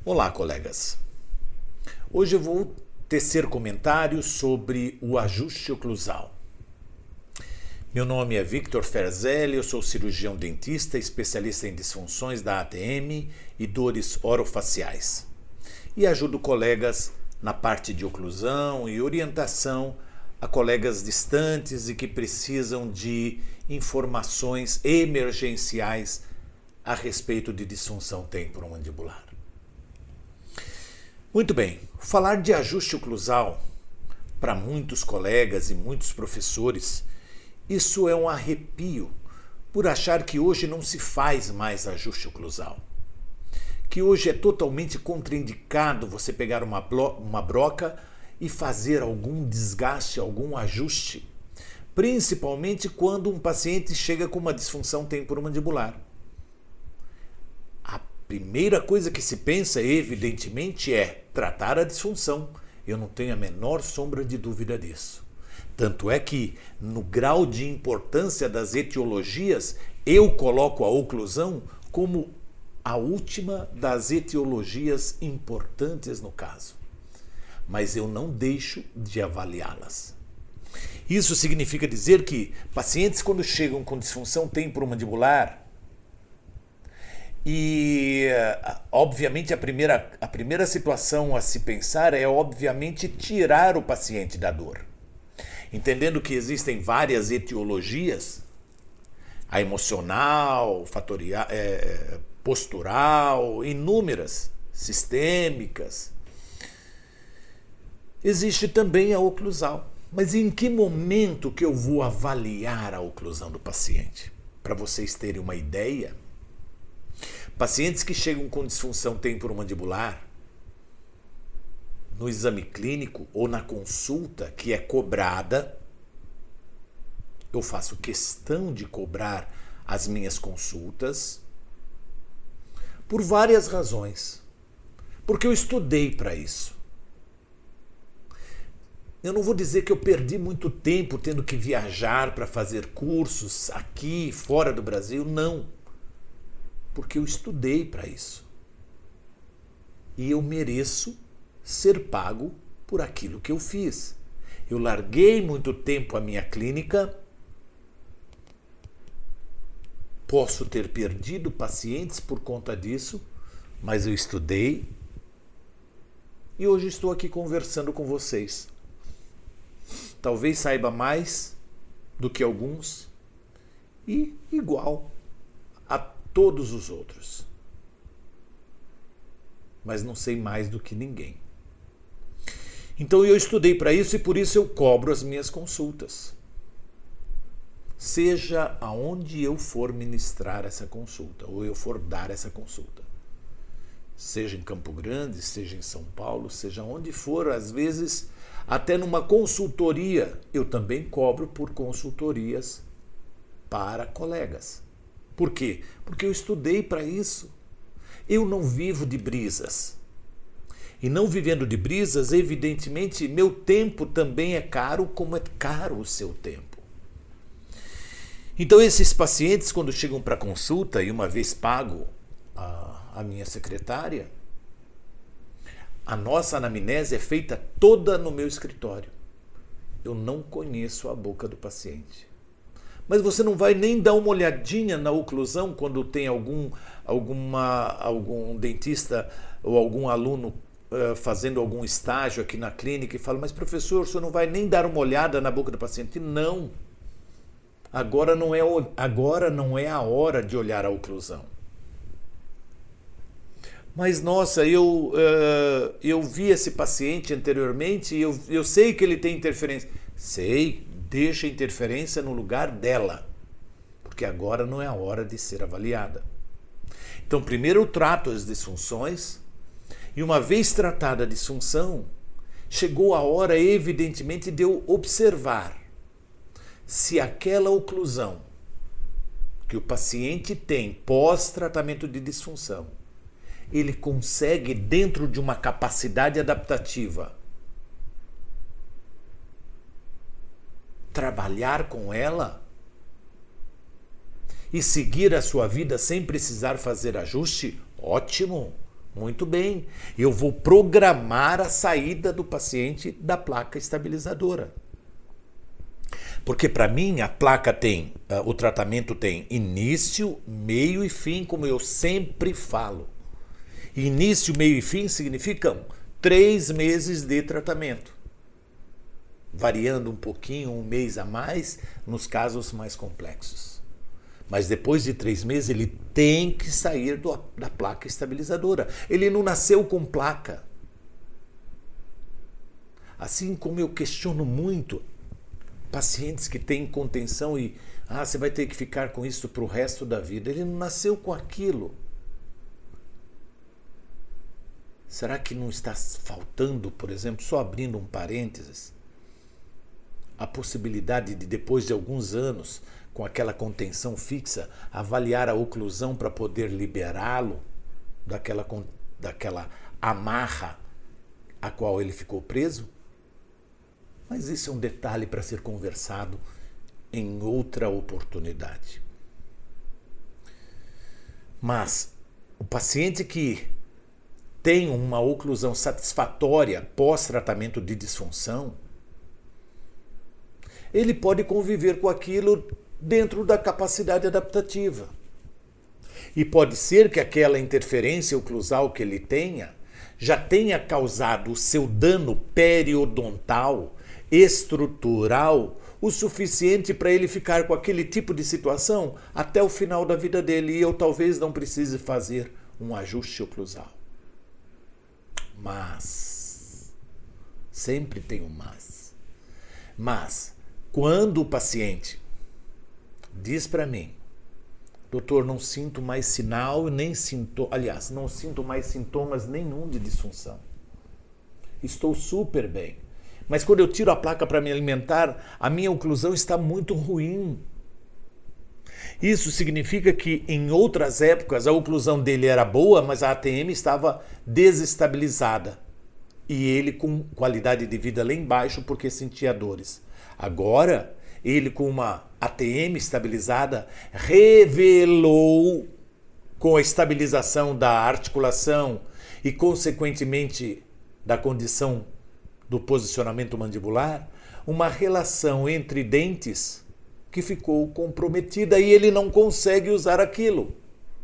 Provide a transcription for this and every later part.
Olá, colegas. Hoje eu vou tecer comentários sobre o ajuste oclusal. Meu nome é Victor Ferzelli, eu sou cirurgião dentista, especialista em disfunções da ATM e dores orofaciais. E ajudo colegas na parte de oclusão e orientação a colegas distantes e que precisam de informações emergenciais a respeito de disfunção temporomandibular. Muito bem, falar de ajuste oclusal para muitos colegas e muitos professores, isso é um arrepio por achar que hoje não se faz mais ajuste oclusal. Que hoje é totalmente contraindicado você pegar uma broca e fazer algum desgaste, algum ajuste, principalmente quando um paciente chega com uma disfunção temporomandibular. A primeira coisa que se pensa, evidentemente, é tratar a disfunção. Eu não tenho a menor sombra de dúvida disso. Tanto é que, no grau de importância das etiologias, eu coloco a oclusão como a última das etiologias importantes no caso. Mas eu não deixo de avaliá-las. Isso significa dizer que pacientes, quando chegam com disfunção temporomandibular, e, obviamente, a primeira situação a se pensar é, obviamente, tirar o paciente da dor. Entendendo que existem várias etiologias, a emocional, fatorial, postural, inúmeras, sistêmicas. Existe também a oclusal. Mas em que momento que eu vou avaliar a oclusão do paciente? Para vocês terem uma ideia, pacientes que chegam com disfunção temporomandibular, no exame clínico ou na consulta que é cobrada, eu faço questão de cobrar as minhas consultas por várias razões. Porque eu estudei para isso. Eu não vou dizer que eu perdi muito tempo tendo que viajar para fazer cursos aqui, fora do Brasil, não. Porque eu estudei para isso. E eu mereço ser pago por aquilo que eu fiz. Eu larguei muito tempo a minha clínica, posso ter perdido pacientes por conta disso, mas eu estudei e hoje estou aqui conversando com vocês. Talvez saiba mais do que alguns e igual a todos os outros. Mas não sei mais do que ninguém. Então eu estudei para isso e por isso eu cobro as minhas consultas. Seja aonde eu for ministrar essa consulta, ou eu for dar essa consulta. Seja em Campo Grande, seja em São Paulo, seja onde for, às vezes até numa consultoria, eu também cobro por consultorias para colegas. Por quê? Porque eu estudei para isso. Eu não vivo de brisas. E não vivendo de brisas, evidentemente, meu tempo também é caro, como é caro o seu tempo. Então, esses pacientes, quando chegam para consulta, e uma vez pago a minha secretária, a nossa anamnese é feita toda no meu escritório. Eu não conheço a boca do paciente. Mas você não vai nem dar uma olhadinha na oclusão quando tem algum dentista ou algum aluno fazendo algum estágio aqui na clínica e fala, mas professor, o senhor não vai nem dar uma olhada na boca do paciente? Não. Agora não é a hora de olhar a oclusão. Mas, nossa, eu vi esse paciente anteriormente e eu sei que ele tem interferência. Sei, deixa a interferência no lugar dela, porque agora não é a hora de ser avaliada. Então, primeiro eu trato as disfunções e uma vez tratada a disfunção, chegou a hora, evidentemente, de eu observar se aquela oclusão que o paciente tem pós-tratamento de disfunção, ele consegue, dentro de uma capacidade adaptativa, trabalhar com ela e seguir a sua vida sem precisar fazer ajuste, ótimo. Muito bem, eu vou programar a saída do paciente da placa estabilizadora. Porque para mim a placa tem, o tratamento tem início, meio e fim, como eu sempre falo. Início, meio e fim significam 3 meses de tratamento, variando um pouquinho, um mês a mais, nos casos mais complexos. Mas depois de 3 meses ele tem que sair da placa estabilizadora. Ele não nasceu com placa. Assim como eu questiono muito pacientes que têm contenção e você vai ter que ficar com isso para o resto da vida. Ele não nasceu com aquilo. Será que não está faltando, por exemplo, só abrindo um parênteses, a possibilidade de depois de alguns anos, com aquela contenção fixa, avaliar a oclusão para poder liberá-lo daquela amarra a qual ele ficou preso? Mas isso é um detalhe para ser conversado em outra oportunidade. Mas o paciente que tem uma oclusão satisfatória pós-tratamento de disfunção, ele pode conviver com aquilo dentro da capacidade adaptativa. E pode ser que aquela interferência oclusal que ele tenha já tenha causado o seu dano periodontal, estrutural, o suficiente para ele ficar com aquele tipo de situação até o final da vida dele. E eu talvez não precise fazer um ajuste oclusal. Mas, sempre tem um mas. Mas, quando o paciente diz para mim, doutor, não sinto mais sinal, nem sintoma, aliás, não sinto mais sintomas nenhum de disfunção. Estou super bem. Mas quando eu tiro a placa para me alimentar, a minha oclusão está muito ruim. Isso significa que em outras épocas a oclusão dele era boa, mas a ATM estava desestabilizada. E ele com qualidade de vida lá embaixo porque sentia dores. Agora, ele com uma ATM estabilizada revelou, com a estabilização da articulação e consequentemente da condição do posicionamento mandibular, uma relação entre dentes que ficou comprometida e ele não consegue usar aquilo.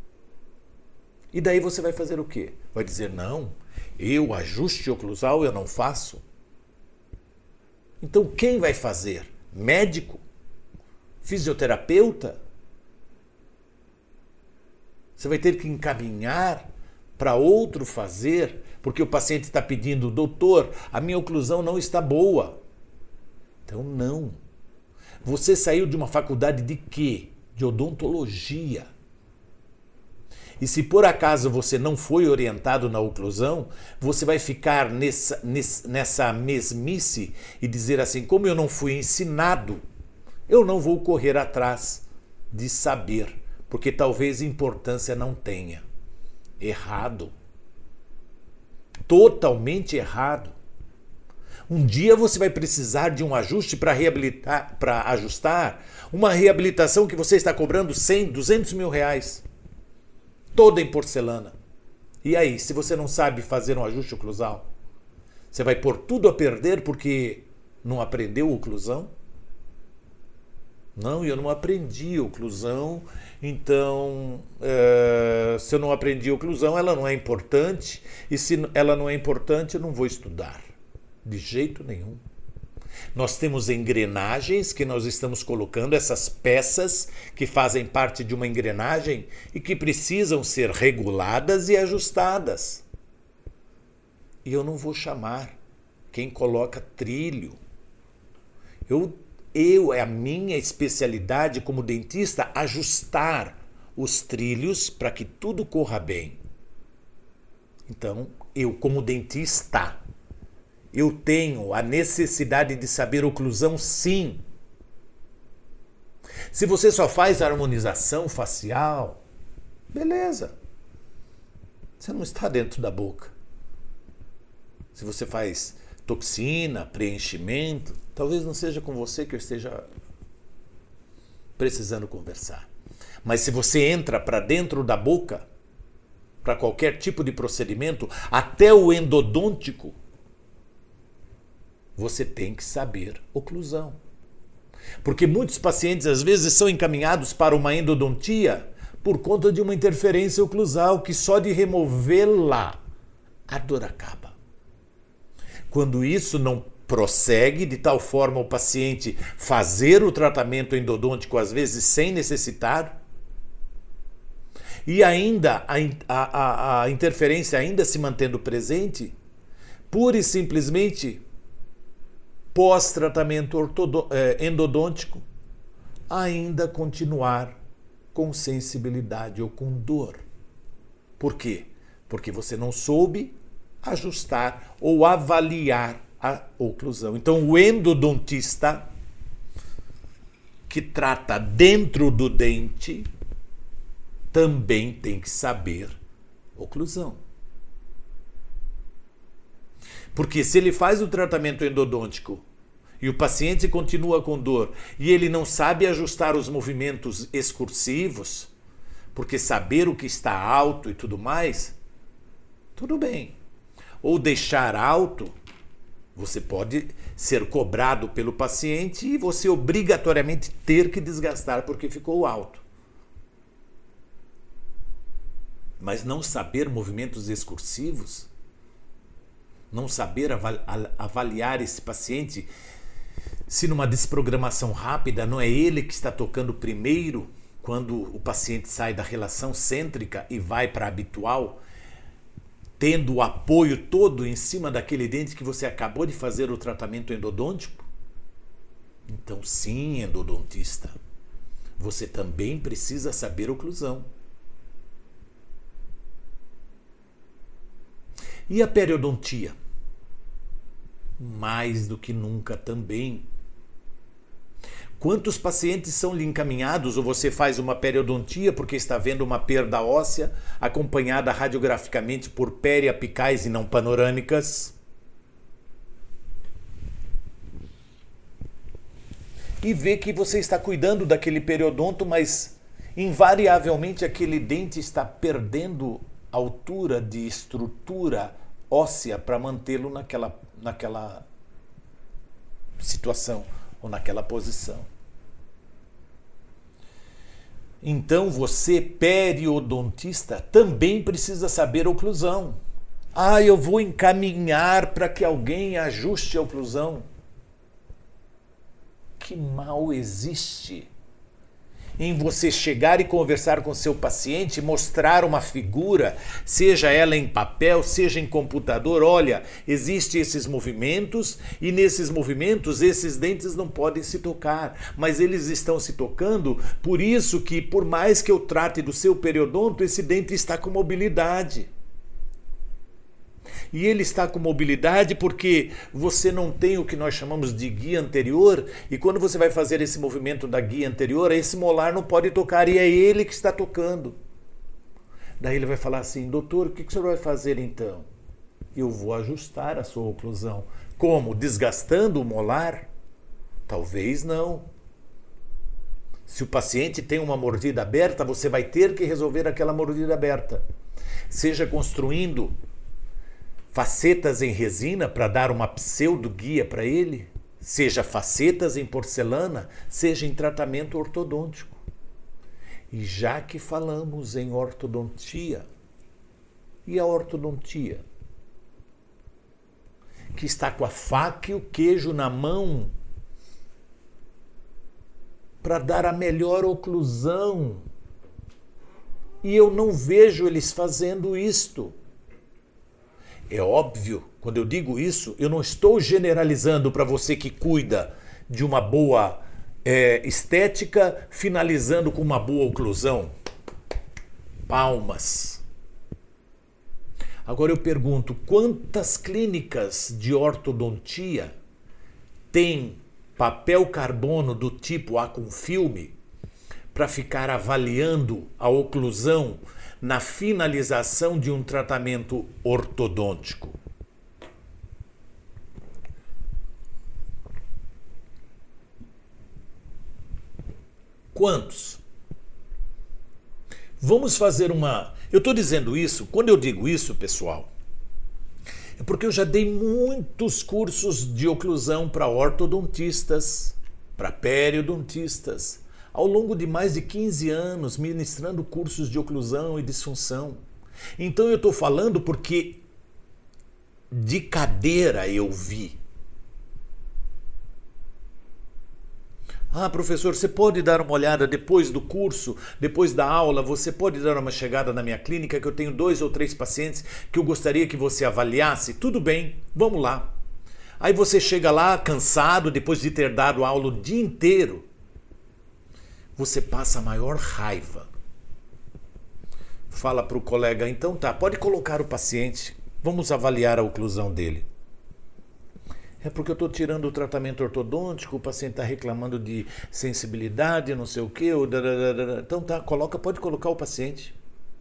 E daí você vai fazer o quê? Vai dizer, não, ajuste oclusal eu não faço. Então quem vai fazer? Médico? Fisioterapeuta? Você vai ter que encaminhar para outro fazer, porque o paciente está pedindo, doutor, a minha oclusão não está boa. Então não. Você saiu de uma faculdade de quê? De odontologia. E se por acaso você não foi orientado na oclusão, você vai ficar nessa mesmice e dizer assim, como eu não fui ensinado, eu não vou correr atrás de saber, porque talvez importância não tenha. Errado. Totalmente errado. Um dia você vai precisar de um ajuste para reabilitar, para ajustar uma reabilitação que você está cobrando 100, 200 mil reais. Toda em porcelana. E aí, se você não sabe fazer um ajuste oclusal, você vai pôr tudo a perder porque não aprendeu oclusão? Não, eu não aprendi oclusão, então se eu não aprendi oclusão, ela não é importante, e se ela não é importante, eu não vou estudar. De jeito nenhum. Nós temos engrenagens que nós estamos colocando, essas peças que fazem parte de uma engrenagem e que precisam ser reguladas e ajustadas. E eu não vou chamar quem coloca trilho. É a minha especialidade como dentista ajustar os trilhos para que tudo corra bem. Então, eu como dentista, eu tenho a necessidade de saber oclusão, sim. Se você só faz harmonização facial, beleza. Você não está dentro da boca. Se você faz toxina, preenchimento, talvez não seja com você que eu esteja precisando conversar. Mas se você entra para dentro da boca, para qualquer tipo de procedimento, até o endodôntico, você tem que saber oclusão. Porque muitos pacientes às vezes são encaminhados para uma endodontia por conta de uma interferência oclusal que só de removê-la a dor acaba. Quando isso não prossegue de tal forma o paciente fazer o tratamento endodôntico às vezes sem necessitar, e ainda a interferência ainda se mantendo presente, pura e simplesmente pós-tratamento endodôntico, ainda continuar com sensibilidade ou com dor. Por quê? Porque você não soube ajustar ou avaliar a oclusão. Então, o endodontista que trata dentro do dente também tem que saber oclusão. Porque se ele faz o tratamento endodôntico e o paciente continua com dor e ele não sabe ajustar os movimentos excursivos, porque saber o que está alto e tudo mais, tudo bem. Ou deixar alto, você pode ser cobrado pelo paciente e você obrigatoriamente ter que desgastar porque ficou alto. Mas não saber movimentos excursivos, não saber avaliar esse paciente, se numa desprogramação rápida não é ele que está tocando primeiro, quando o paciente sai da relação cêntrica e vai para a habitual, tendo o apoio todo em cima daquele dente que você acabou de fazer o tratamento endodôntico? Então sim, endodontista, você também precisa saber oclusão. E a periodontia? Mais do que nunca também. Quantos pacientes são lhe encaminhados ou você faz uma periodontia porque está vendo uma perda óssea acompanhada radiograficamente por periapicais e não panorâmicas? E vê que você está cuidando daquele periodonto, mas invariavelmente aquele dente está perdendo altura de estrutura óssea para mantê-lo naquela situação ou naquela posição. Então você, periodontista, também precisa saber oclusão. Eu vou encaminhar para que alguém ajuste a oclusão. Que mal existe em você chegar e conversar com seu paciente, mostrar uma figura, seja ela em papel, seja em computador. Olha, existem esses movimentos e nesses movimentos esses dentes não podem se tocar, mas eles estão se tocando, por isso que por mais que eu trate do seu periodonto, esse dente está com mobilidade. E ele está com mobilidade porque você não tem o que nós chamamos de guia anterior, e quando você vai fazer esse movimento da guia anterior, esse molar não pode tocar e é ele que está tocando. Daí ele vai falar assim: doutor, o que o senhor vai fazer então? Eu vou ajustar a sua oclusão. Como? Desgastando o molar? Talvez não. Se o paciente tem uma mordida aberta, você vai ter que resolver aquela mordida aberta. Seja construindo facetas em resina para dar uma pseudo-guia para ele, seja facetas em porcelana, seja em tratamento ortodôntico. E já que falamos em ortodontia, e a ortodontia? Que está com a faca e o queijo na mão para dar a melhor oclusão. E eu não vejo eles fazendo isto. É óbvio, quando eu digo isso, eu não estou generalizando para você que cuida de uma boa estética, finalizando com uma boa oclusão. Palmas. Agora eu pergunto, quantas clínicas de ortodontia têm papel carbono do tipo A com filme para ficar avaliando a oclusão na finalização de um tratamento ortodôntico? Quantos? Vamos fazer uma Eu estou dizendo isso, quando eu digo isso, pessoal, é porque eu já dei muitos cursos de oclusão para ortodontistas, para periodontistas, ao longo de mais de 15 anos, ministrando cursos de oclusão e disfunção. Então eu estou falando porque de cadeira eu vi. Ah, professor, você pode dar uma olhada depois do curso, depois da aula, você pode dar uma chegada na minha clínica que eu tenho 2 ou 3 pacientes que eu gostaria que você avaliasse? Tudo bem, vamos lá. Aí você chega lá cansado, depois de ter dado aula o dia inteiro. Você passa a maior raiva. Fala para o colega, então tá, pode colocar o paciente, vamos avaliar a oclusão dele. É porque eu estou tirando o tratamento ortodôntico, o paciente está reclamando de sensibilidade, não sei o quê. Então tá, pode colocar o paciente.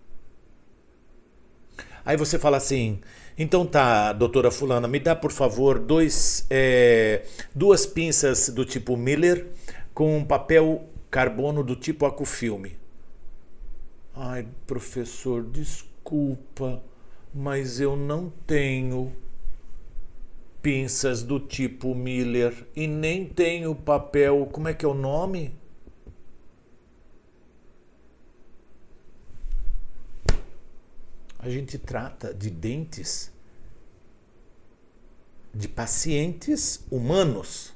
Aí você fala assim, então tá, doutora fulana, me dá por favor 2 pinças do tipo Miller com um papel carbono do tipo Acufilme. Ai, professor, desculpa, mas eu não tenho pinças do tipo Miller e nem tenho papel, como é que é o nome? A gente trata de dentes de pacientes humanos.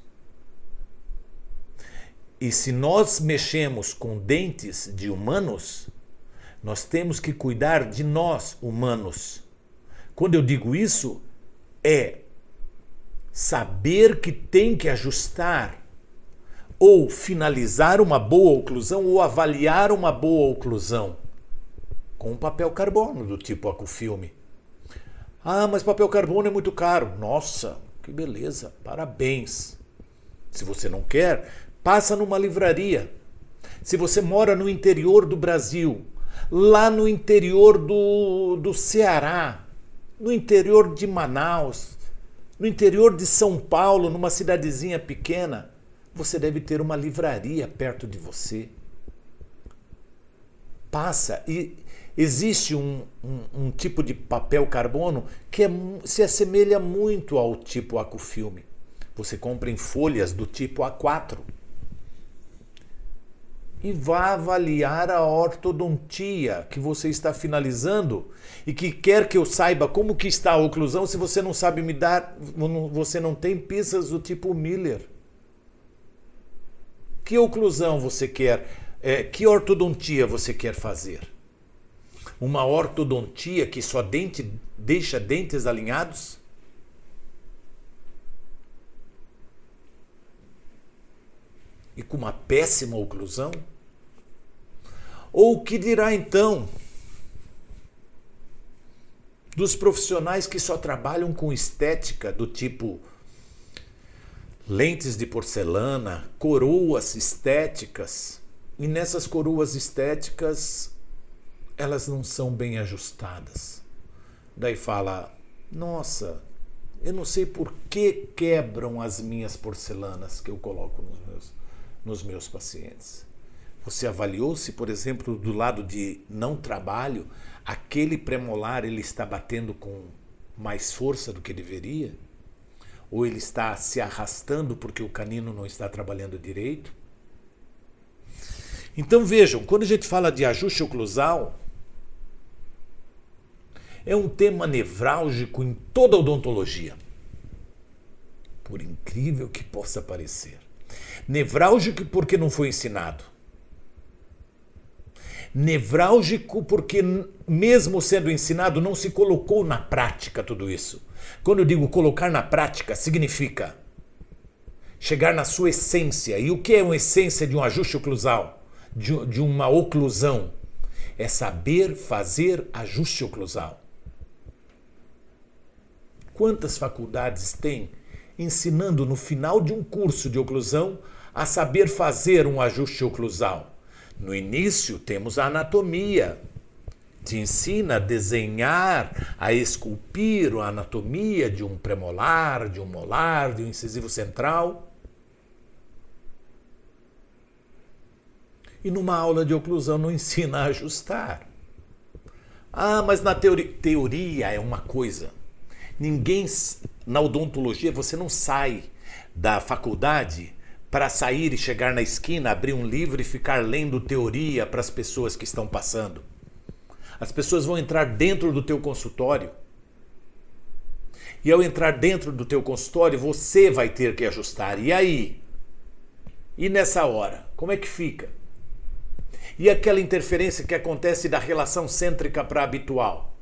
E se nós mexemos com dentes de humanos, nós temos que cuidar de nós, humanos. Quando eu digo isso, é saber que tem que ajustar ou finalizar uma boa oclusão ou avaliar uma boa oclusão com um papel carbono do tipo Acufilme. Ah, mas papel carbono é muito caro. Nossa, que beleza, parabéns. Se você não quer, passa numa livraria. Se você mora no interior do Brasil, lá no interior do Ceará, no interior de Manaus, no interior de São Paulo, numa cidadezinha pequena, você deve ter uma livraria perto de você. Passa e existe um tipo de papel carbono que se assemelha muito ao tipo Acufilme. Você compra em folhas do tipo A4 e vá avaliar a ortodontia que você está finalizando e que quer que eu saiba como que está a oclusão se você não sabe me dar, você não tem pinças do tipo Miller. Que oclusão você quer, que ortodontia você quer fazer? Uma ortodontia que só deixa dentes alinhados? E com uma péssima oclusão? Ou o que dirá então dos profissionais que só trabalham com estética do tipo lentes de porcelana, coroas estéticas, e nessas coroas estéticas elas não são bem ajustadas. Daí fala, nossa, eu não sei por que quebram as minhas porcelanas que eu coloco nos meus pacientes. Você avaliou se, por exemplo, do lado de não trabalho, aquele premolar ele está batendo com mais força do que deveria? Ou ele está se arrastando porque o canino não está trabalhando direito? Então vejam, quando a gente fala de ajuste oclusal, é um tema nevrálgico em toda a odontologia. Por incrível que possa parecer. Nevrálgico porque não foi ensinado. Nevrálgico porque, mesmo sendo ensinado, não se colocou na prática tudo isso. Quando eu digo colocar na prática, significa chegar na sua essência. E o que é uma essência de um ajuste oclusal? De uma oclusão? É saber fazer ajuste oclusal. Quantas faculdades tem ensinando no final de um curso de oclusão a saber fazer um ajuste oclusal? No início temos a anatomia, te ensina a desenhar, a esculpir a anatomia de um premolar, de um molar, de um incisivo central. E numa aula de oclusão não ensina a ajustar. Ah, mas na teoria é uma coisa. Ninguém, na odontologia, você não sai da faculdade para sair e chegar na esquina, abrir um livro e ficar lendo teoria para as pessoas que estão passando. As pessoas vão entrar dentro do teu consultório. E ao entrar dentro do teu consultório, você vai ter que ajustar. E aí? E nessa hora? Como é que fica? E aquela interferência que acontece da relação cêntrica para habitual?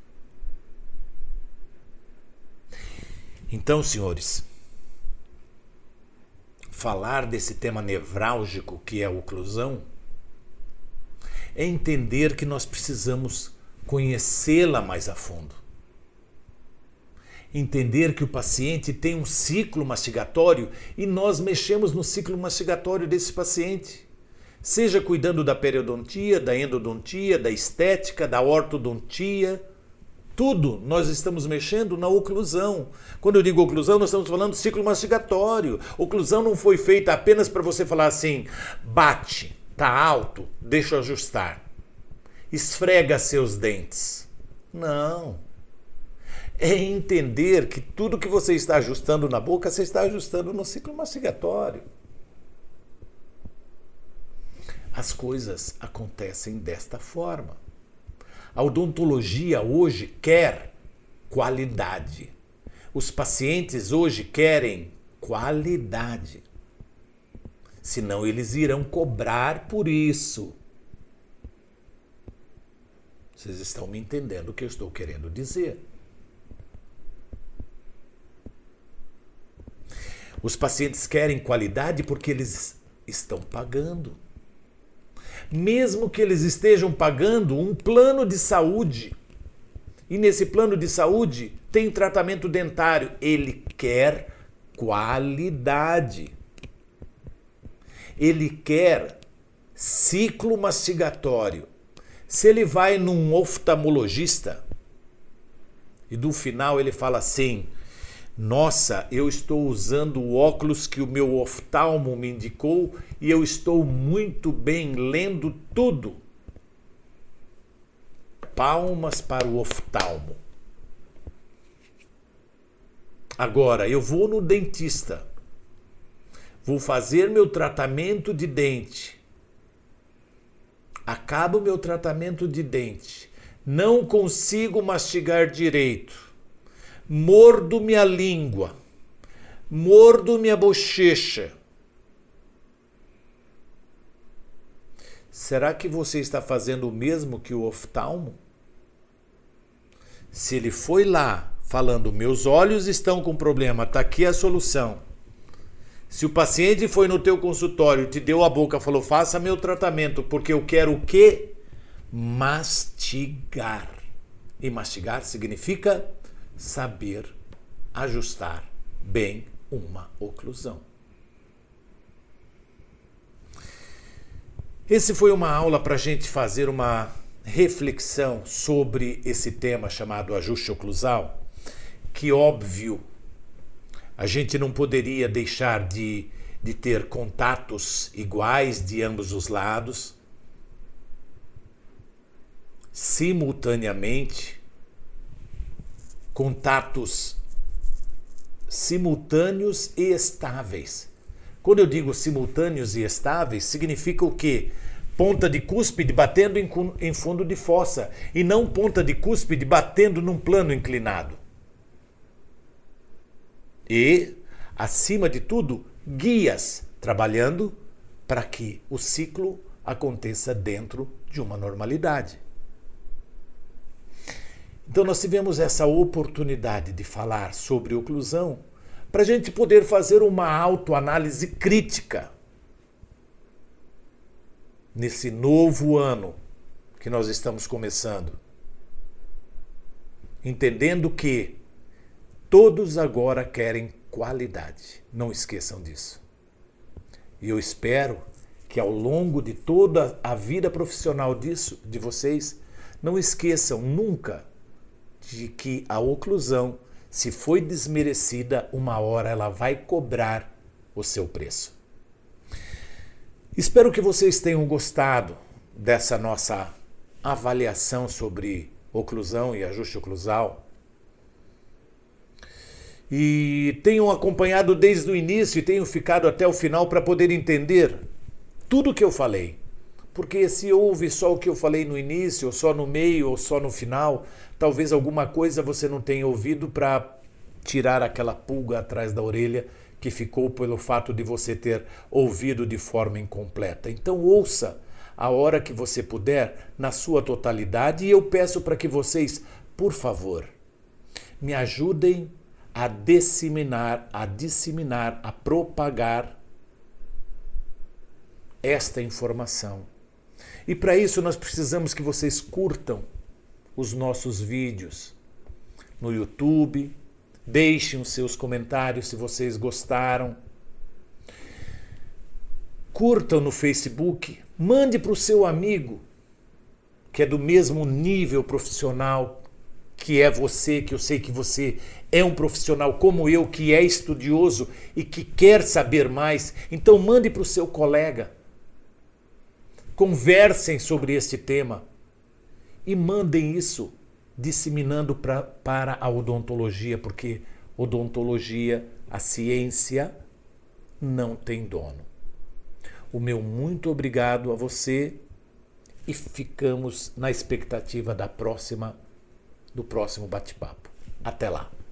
Então, senhores, falar desse tema nevrálgico que é a oclusão é entender que nós precisamos conhecê-la mais a fundo. Entender que o paciente tem um ciclo mastigatório e nós mexemos no ciclo mastigatório desse paciente. Seja cuidando da periodontia, da endodontia, da estética, da ortodontia, tudo nós estamos mexendo na oclusão. Quando eu digo oclusão, nós estamos falando de ciclo mastigatório. Oclusão não foi feita apenas para você falar assim, bate, tá alto, deixa eu ajustar. Esfrega seus dentes. Não. É entender que tudo que você está ajustando na boca, você está ajustando no ciclo mastigatório. As coisas acontecem desta forma. A odontologia hoje quer qualidade. Os pacientes hoje querem qualidade. Senão eles irão cobrar por isso. Vocês estão me entendendo o que eu estou querendo dizer. Os pacientes querem qualidade porque eles estão pagando. Mesmo que eles estejam pagando um plano de saúde, e nesse plano de saúde tem tratamento dentário, ele quer qualidade. Ele quer ciclo mastigatório. Se ele vai num oftalmologista e no final ele fala assim, nossa, eu estou usando o óculos que o meu oftalmo me indicou e eu estou muito bem lendo tudo. Palmas para o oftalmo. Agora, eu vou no dentista. Vou fazer meu tratamento de dente. Acaba o meu tratamento de dente. Não consigo mastigar direito. Mordo minha língua, mordo minha bochecha. Será que você está fazendo o mesmo que o oftalmo? Se ele foi lá falando, meus olhos estão com problema, está aqui a solução. Se o paciente foi no teu consultório, te deu a boca, falou, faça meu tratamento, porque eu quero o quê? Mastigar. E mastigar significa saber ajustar bem uma oclusão. Esse foi uma aula para a gente fazer uma reflexão sobre esse tema chamado ajuste oclusal, que óbvio, a gente não poderia deixar de ter contatos iguais de ambos os lados, simultaneamente, contatos simultâneos e estáveis. Quando eu digo simultâneos e estáveis, significa o quê? Ponta de cúspide batendo em fundo de fossa e não ponta de cúspide batendo num plano inclinado. E, acima de tudo, guias trabalhando para que o ciclo aconteça dentro de uma normalidade. Então nós tivemos essa oportunidade de falar sobre oclusão para a gente poder fazer uma autoanálise crítica nesse novo ano que nós estamos começando. Entendendo que todos agora querem qualidade. Não esqueçam disso. E eu espero que ao longo de toda a vida profissional de vocês, não esqueçam nunca de que a oclusão, se foi desmerecida, uma hora ela vai cobrar o seu preço. Espero que vocês tenham gostado dessa nossa avaliação sobre oclusão e ajuste oclusal. E tenham acompanhado desde o início e tenham ficado até o final para poder entender tudo o que eu falei. Porque se ouve só o que eu falei no início, ou só no meio, ou só no final, talvez alguma coisa você não tenha ouvido para tirar aquela pulga atrás da orelha que ficou pelo fato de você ter ouvido de forma incompleta. Então ouça a hora que você puder, na sua totalidade, e eu peço para que vocês, por favor, me ajudem a disseminar, a propagar esta informação. E para isso nós precisamos que vocês curtam os nossos vídeos no YouTube, deixem os seus comentários se vocês gostaram, curtam no Facebook, mande para o seu amigo que é do mesmo nível profissional que é você, que eu sei que você é um profissional como eu, que é estudioso e que quer saber mais. Então mande para o seu colega. Conversem sobre este tema e mandem isso disseminando para a odontologia, porque odontologia, a ciência, não tem dono. O meu muito obrigado a você e ficamos na expectativa do próximo bate-papo. Até lá!